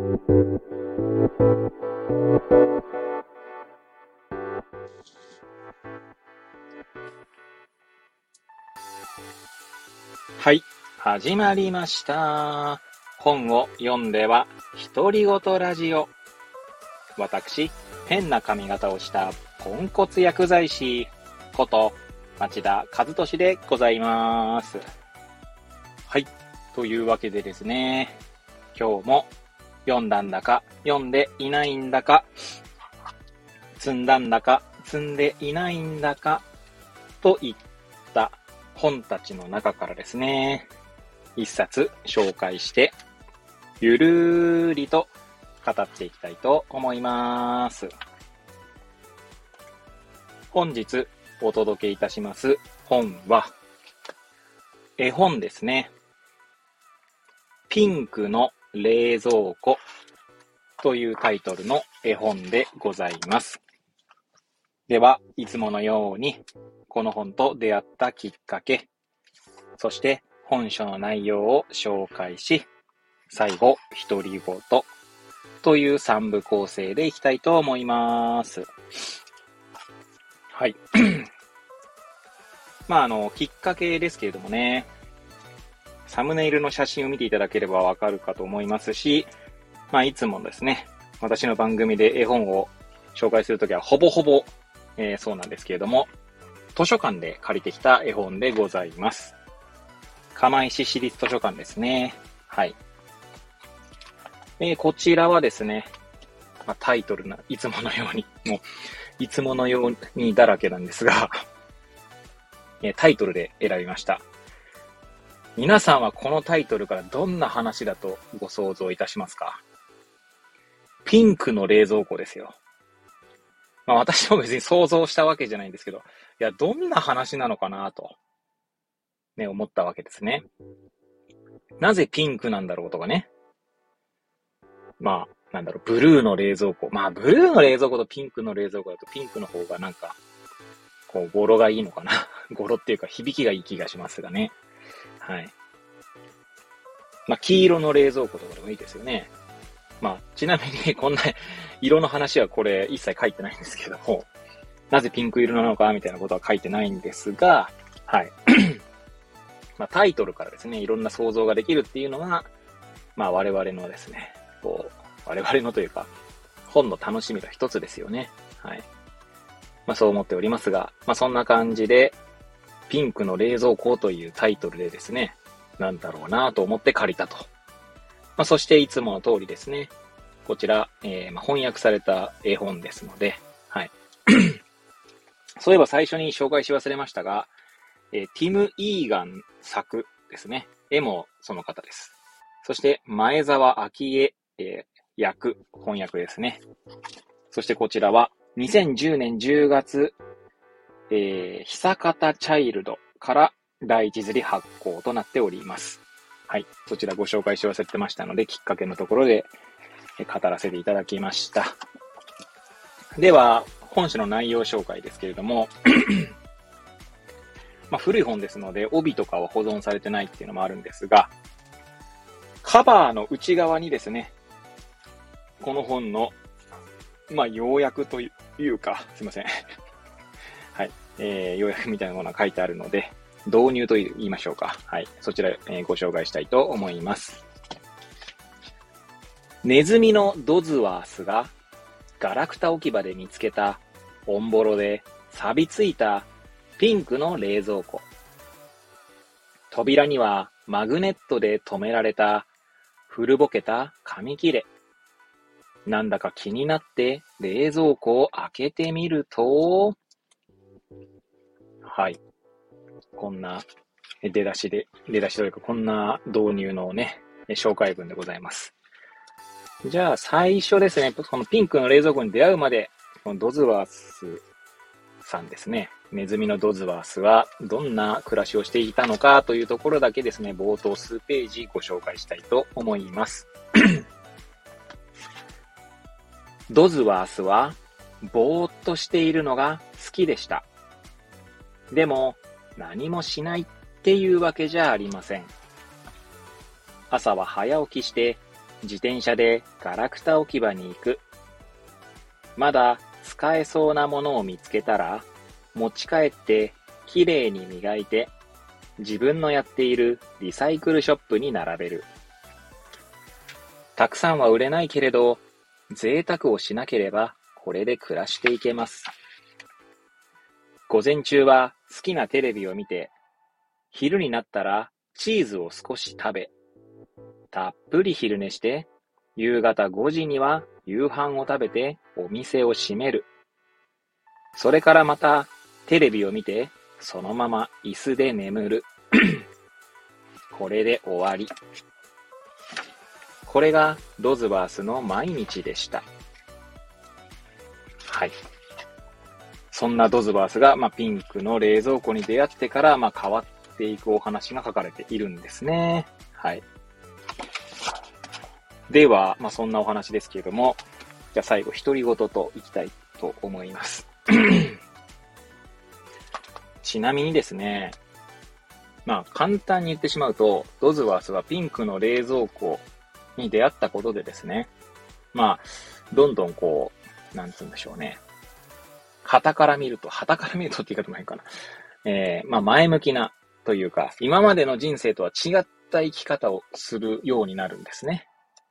はい、始まりました。本を読んでは独り言ラジオ。私、変な髪型をしたポンコツ薬剤師こと町田和俊でございます。はい、というわけでですね、今日も読んだんだか読んでいないんだか、積んだんだか積んでいないんだかといった本たちの中からですね、一冊紹介してゆるーりと語っていきたいと思います。本日お届けいたします本は絵本ですね。ピンクの冷蔵庫というタイトルの絵本でございます。では、いつものようにこの本と出会ったきっかけ、そして本書の内容を紹介し、最後、独り言という3部構成でいきたいと思います。はい。きっかけですけれどもね、サムネイルの写真を見ていただければわかるかと思いますし、いつもですね、私の番組で絵本を紹介するときはほぼほぼ、そうなんですけれども、図書館で借りてきた絵本でございます。釜石市立図書館ですね。はい。こちらはですね、タイトルいつものように、もう、いつものようにだらけなんですが、タイトルで選びました。皆さんはこのタイトルからどんな話だとご想像いたしますか？ピンクの冷蔵庫ですよ。私も別に想像したわけじゃないんですけど、いや、どんな話なのかなと、ね、思ったわけですね。なぜピンクなんだろうとかね。ブルーの冷蔵庫。ブルーの冷蔵庫とピンクの冷蔵庫だとピンクの方がなんか、語呂がいいのかな。語呂っていうか響きがいい気がしますがね。はい。黄色の冷蔵庫とかでもいいですよね。ちなみにこんな色の話はこれ一切書いてないんですけども、なぜピンク色なのかみたいなことは書いてないんですが、はい。タイトルからですね、いろんな想像ができるっていうのは、我々のですね、我々のというか、本の楽しみの一つですよね。はい。そう思っておりますが、そんな感じで、ピンクの冷蔵庫というタイトルでですね、なんだろうなと思って借りたと。そしていつもの通りですね、こちら、翻訳された絵本ですので、はい。そういえば最初に紹介し忘れましたが、ティム・イーガン作ですね。絵もその方です。そして前澤明恵、翻訳ですね。そしてこちらは2010年10月、久方チャイルドから第一釣り発行となっております。はい。そちらご紹介し忘れてましたので、きっかけのところで語らせていただきました。では、本書の内容紹介ですけれども、古い本ですので、帯とかは保存されてないっていうのもあるんですが、カバーの内側にですね、この本の、要約というか、すいません。はい。要約みたいなものが書いてあるので、導入と言いましょうか。はい。そちら、ご紹介したいと思います。ネズミのドズワースがガラクタ置き場で見つけたオンボロで錆びついたピンクの冷蔵庫。扉にはマグネットで留められた古ぼけた紙切れ。なんだか気になって冷蔵庫を開けてみると、はい。こんな出だしというか、こんな導入のね、紹介文でございます。じゃあ最初ですね、このピンクの冷蔵庫に出会うまで、このドズワースさんですね、ネズミのドズワースはどんな暮らしをしていたのかというところだけですね、冒頭数ページご紹介したいと思います。ドズワースはぼーっとしているのが好きでした。でも何もしないっていうわけじゃありません。朝は早起きして自転車でガラクタ置き場に行く。まだ使えそうなものを見つけたら、持ち帰ってきれいに磨いて、自分のやっているリサイクルショップに並べる。たくさんは売れないけれど、贅沢をしなければこれで暮らしていけます。午前中は好きなテレビを見て、昼になったらチーズを少し食べ、たっぷり昼寝して、夕方5時には夕飯を食べてお店を閉める。それからまたテレビを見て、そのまま椅子で眠る。これで終わり。これがドズワースの毎日でした。はい。そんなドズワースが、ピンクの冷蔵庫に出会ってから、変わっていくお話が書かれているんですね。はい。では、そんなお話ですけれども、じゃあ最後、独り言といきたいと思います。ちなみにですね、簡単に言ってしまうと、ドズワースはピンクの冷蔵庫に出会ったことでですね、どんどんなんつうんでしょうね。旗から見るとって言い方も変かな。前向きなというか、今までの人生とは違った生き方をするようになるんですね。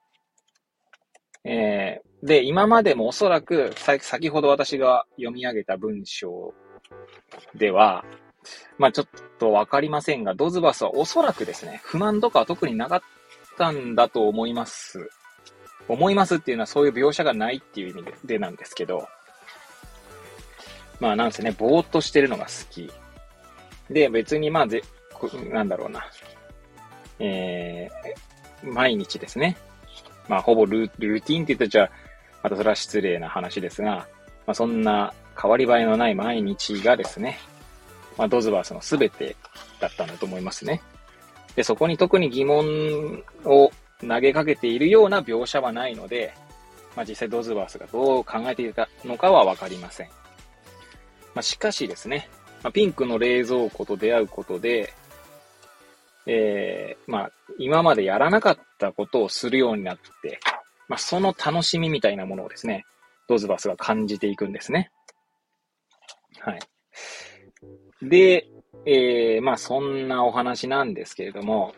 で、今までもおそらく、先ほど私が読み上げた文章では、ちょっとわかりませんが、ドズバスはおそらくですね、不満とかは特になかったんだと思います。思いますっていうのはそういう描写がないっていう意味でなんですけど、なんせね、ぼーっとしてるのが好き。で、別になんだろうな。毎日ですね。ほぼルーティンって言ったらじゃあ、またそれは失礼な話ですが、そんな変わり映えのない毎日がですね、ドズバースの全てだったんだと思いますね。で、そこに特に疑問を投げかけているような描写はないので、実際ドズバースがどう考えていたのかはわかりません。しかしですね、ピンクの冷蔵庫と出会うことで、今までやらなかったことをするようになって、その楽しみみたいなものをですね、ドズバスが感じていくんですね。はい。で、そんなお話なんですけれども、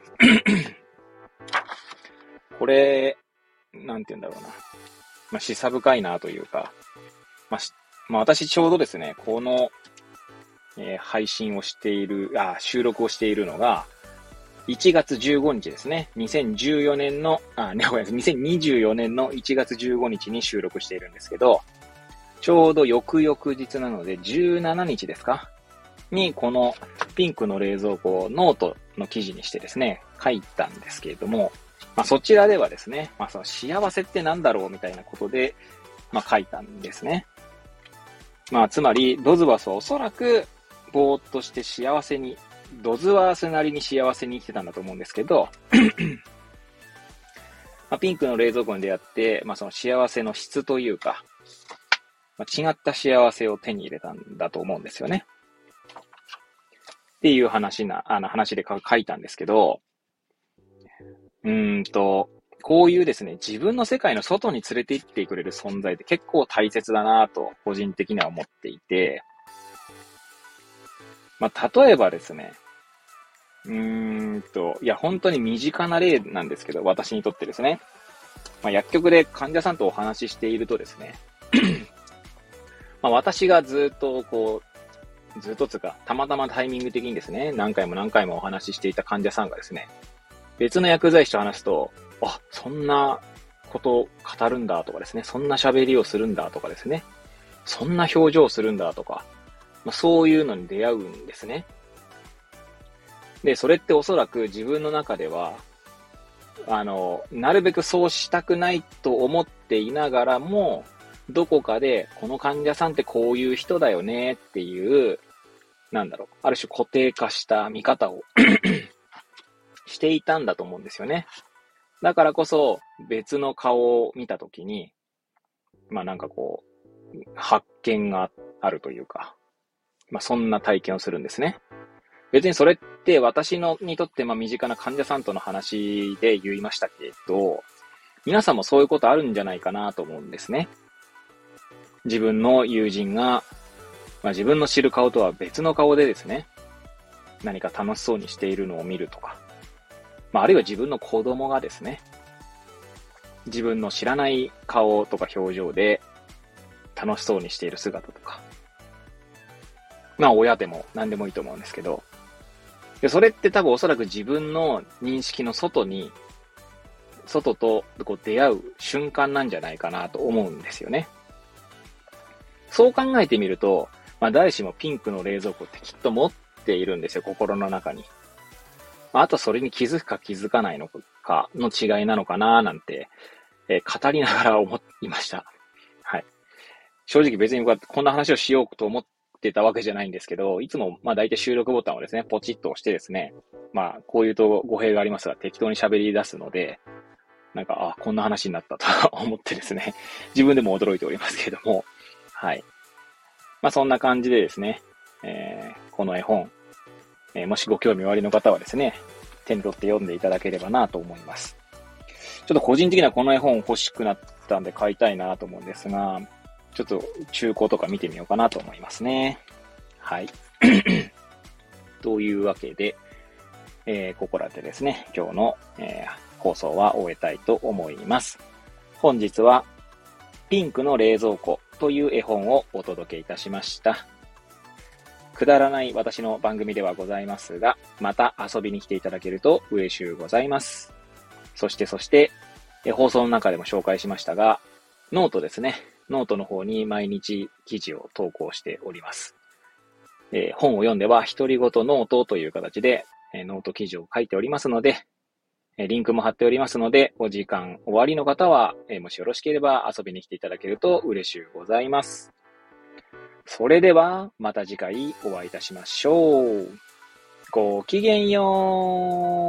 これ、なんて言うんだろうな。示唆深いなというか、私ちょうどですね、この、配信をしている、収録をしているのが、1月15日ですね。2014年の、2024年の1月15日に収録しているんですけど、ちょうど翌々日なので17日ですかに、このピンクの冷蔵庫をノートの記事にしてですね、書いたんですけれども、そちらではですね、その幸せってなんだろうみたいなことで、書いたんですね。つまり、ドズバスはおそらく、ぼーっとして幸せに、ドズワースなりに幸せに生きてたんだと思うんですけど、ピンクの冷蔵庫に出会って、その幸せの質というか、違った幸せを手に入れたんだと思うんですよね。っていう話で書いたんですけど、こういうですね、自分の世界の外に連れて行ってくれる存在って結構大切だなと、個人的には思っていて、例えばですね、本当に身近な例なんですけど、私にとってですね、薬局で患者さんとお話ししているとですね、私がずっとつうか、たまたまタイミング的にですね、何回もお話ししていた患者さんがですね、別の薬剤師と話すと、そんなことを語るんだとかですね、そんな喋りをするんだとかですね、そんな表情をするんだとか、そういうのに出会うんですね。で、それっておそらく自分の中では、なるべくそうしたくないと思っていながらも、どこかで、この患者さんってこういう人だよねっていう、ある種固定化した見方をしていたんだと思うんですよね。だからこそ、別の顔を見たときに、発見があるというか、そんな体験をするんですね。別にそれって私にとって身近な患者さんとの話で言いましたけど、 皆さんもそういうことあるんじゃないかなと思うんですね。自分の友人が、自分の知る顔とは別の顔でですね、何か楽しそうにしているのを見るとか、あるいは自分の子供がですね、自分の知らない顔とか表情で楽しそうにしている姿とか、親でも何でもいいと思うんですけど、でそれって多分おそらく自分の認識の外とこう出会う瞬間なんじゃないかなと思うんですよね。そう考えてみると、誰しもピンクの冷蔵庫ってきっと持っているんですよ、心の中に。あとそれに気づくか気づかないのかの違いなのかななんて、語りながら思いました。はい。正直別にこんな話をしようと思ってたわけじゃないんですけど、いつも大体収録ボタンをですね、ポチッと押してですね、こういうと語弊がありますが適当に喋り出すので、こんな話になったと思ってですね、自分でも驚いておりますけれども、はい。そんな感じでですね、この絵本、もしご興味おありの方はですね、手に取って読んでいただければなと思います。ちょっと個人的にはこの絵本欲しくなったんで買いたいなと思うんですが、ちょっと中古とか見てみようかなと思いますね。はい。というわけで、ここらでですね、今日の、放送は終えたいと思います。本日は、ピンクの冷蔵庫という絵本をお届けいたしました。くだらない私の番組ではございますが、また遊びに来ていただけると嬉しゅうございます。そして、放送の中でも紹介しましたが、ノートですね。ノートの方に毎日記事を投稿しております。本を読んでは独り言ノートという形で、ノート記事を書いておりますので、リンクも貼っておりますので、お時間終わりの方は、もしよろしければ遊びに来ていただけると嬉しゅうございます。それではまた次回お会いいたしましょう。ごきげんよう。